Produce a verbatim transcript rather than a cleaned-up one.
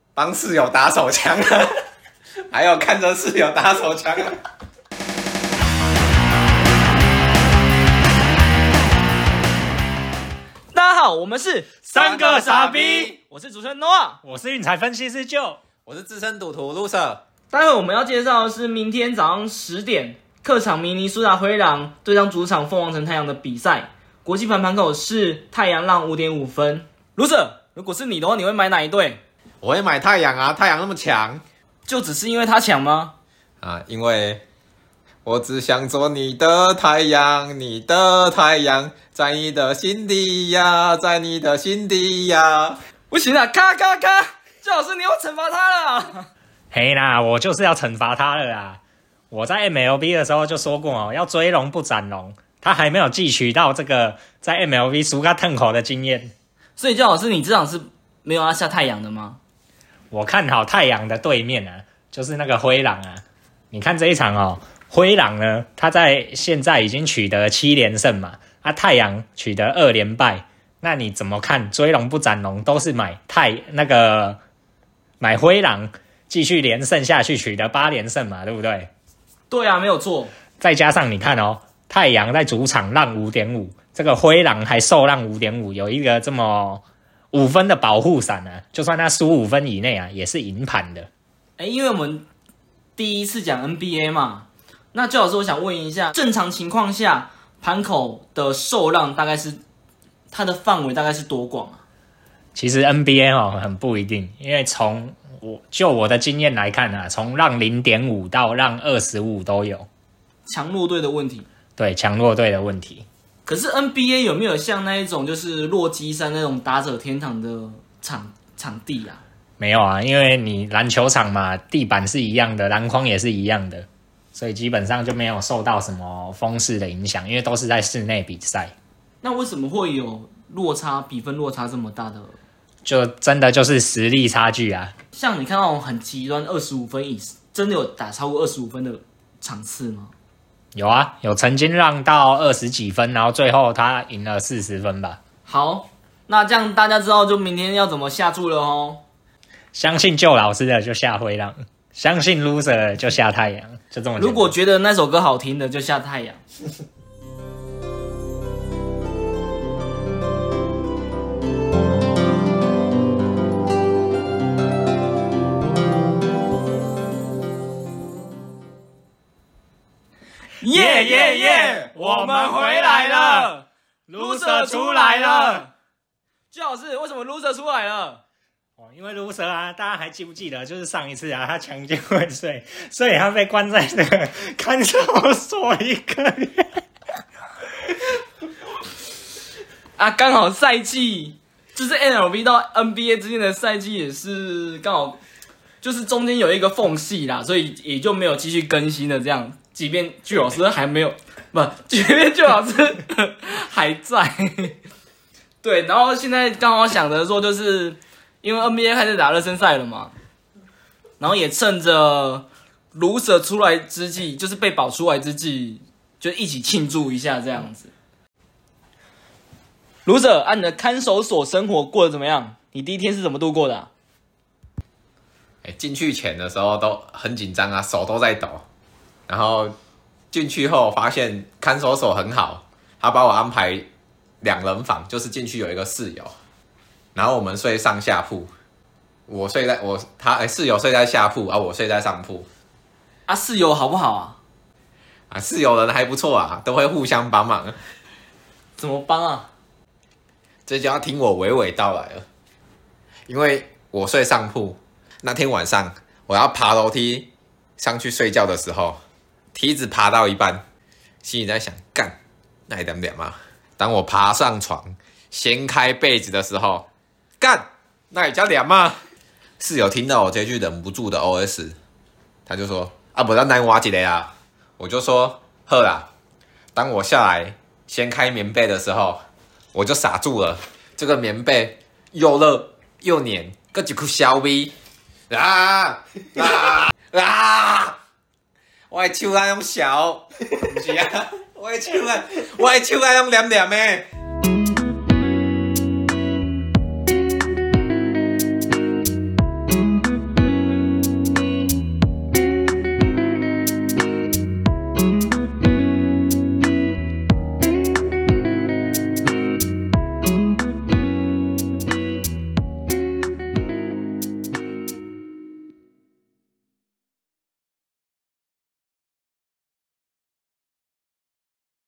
帮室友打手枪了，还有看着室友打手枪了。 大家好，我们是三个傻逼， 我是主持人 Noah， 我是运财分析师 Joe， 我是资深赌徒 Loser。 待会我们要介绍的是明天早上十点客场明尼苏达灰狼对上主场凤凰城太阳的比赛。国际盘盘口是太阳让 五点五 分。Loser， 如果是你的话，你会买哪一队？ 我会买太阳啊，太阳那么强， 就只是因为他强吗？ 啊，因为我只想做你的太阳，你的太阳，在你的心底呀，在你的心底呀。 不行啊，咔咔咔！最好是你要惩罚他了。 嘿啦，我就是要惩罚他了啦！我在 M L B 的时候就说过哦，要追龙不斩龙。他还没有汲取到这个在 M L B 输个腾口的经验。 所以最好是你这场是没有要下太阳的吗？ 我看好太阳的对面啊，就是那个灰狼啊。你看这一场哦，灰狼呢，他在现在已经取得七连胜嘛，啊，太阳取得二连败。那你怎么看？追龙不斩龙，都是买太那个买灰狼继续连胜下去，取得八连胜嘛，对不对？ 对啊，没有错。 再加上你看哦，太阳在主场让 五点五， 这个灰狼还受让 五点五， 有一个这么五分的保护伞啊，就算他输五分以内啊，也是赢盘的。 哎，因为我们第一次讲 N B A 嘛，那最好是我想问一下，正常情况下盘口的受让大概是它的范围大概是多广啊？ 其实 N B A 哦很不一定，因为从我就我的经验来看啊，从让 零点五 到让二十五都有。 强弱队的问题。 对，强弱队的问题。 可是 N B A 有没有像那一种就是洛基山那种打者天堂的场场地啊？ 没有啊，因为你篮球场嘛，地板是一样的，篮筐也是一样的，所以基本上就没有受到什么风势的影响，因为都是在室内比赛。 那为什么会有落差，比分落差这么大的？ 就真的就是实力差距啊！ 像你看那种很极端二十五分以真的有打超过二十五分的场次吗？ 有啊，有曾经让到二十几分，然后最后他赢了四十分吧。 好，那这样大家知道就明天要怎么下注了哦。 相信旧老师的就下灰狼，相信 loser 的就下太阳，就这么简单。 如果觉得那首歌好听的就下太阳。耶耶耶！我们回来了 ，loser 出来了。最好是为什么 loser 出来了？ 哦，因为 loser 啊，大家还记不记得？就是上一次啊，他强奸未遂，所以他被关在这个看守所一个月。 啊，刚好赛季就是 N L B 到 N B A 之间的赛季也是刚好，就是中间有一个缝隙啦，所以也就没有继续更新了这样。即便巨老师还没有，不，即便巨老师还在，对，然后现在刚好想着说，就是因为 N B A 开始打热身赛了嘛，然后也趁着loser出来之际，就是被保出来之际，就一起庆祝一下这样子。loser，按、啊、你的看守所生活过得怎么样？你第一天是怎么度过的、啊？ 哎，进去前的时候都很紧张啊，手都在抖。然后进去后发现看守所很好，他把我安排两人房，就是进去有一个室友，然后我们睡上下铺，我睡在我他哎室友睡在下铺啊，我睡在上铺。 啊，室友好不好啊？ 啊，室友人还不错啊，都会互相帮忙。 怎么帮啊？ 这就要听我娓娓道来了。因为我睡上铺，那天晚上我要爬楼梯上去睡觉的时候。梯子爬到一半，心里在想干那一点点嘛。当我爬上床，掀开被子的时候，干那也叫凉吗？室友听到我这句忍不住的 O S， 他就说：“啊，不然咱挖一个啊。”我就说：“好啦。”当我下来掀开棉被的时候，我就傻住了。这个棉被又热又黏，搁一股小味啊啊啊！我的手在用烧，不是啊！我的手啊，我的手在用黏黏的。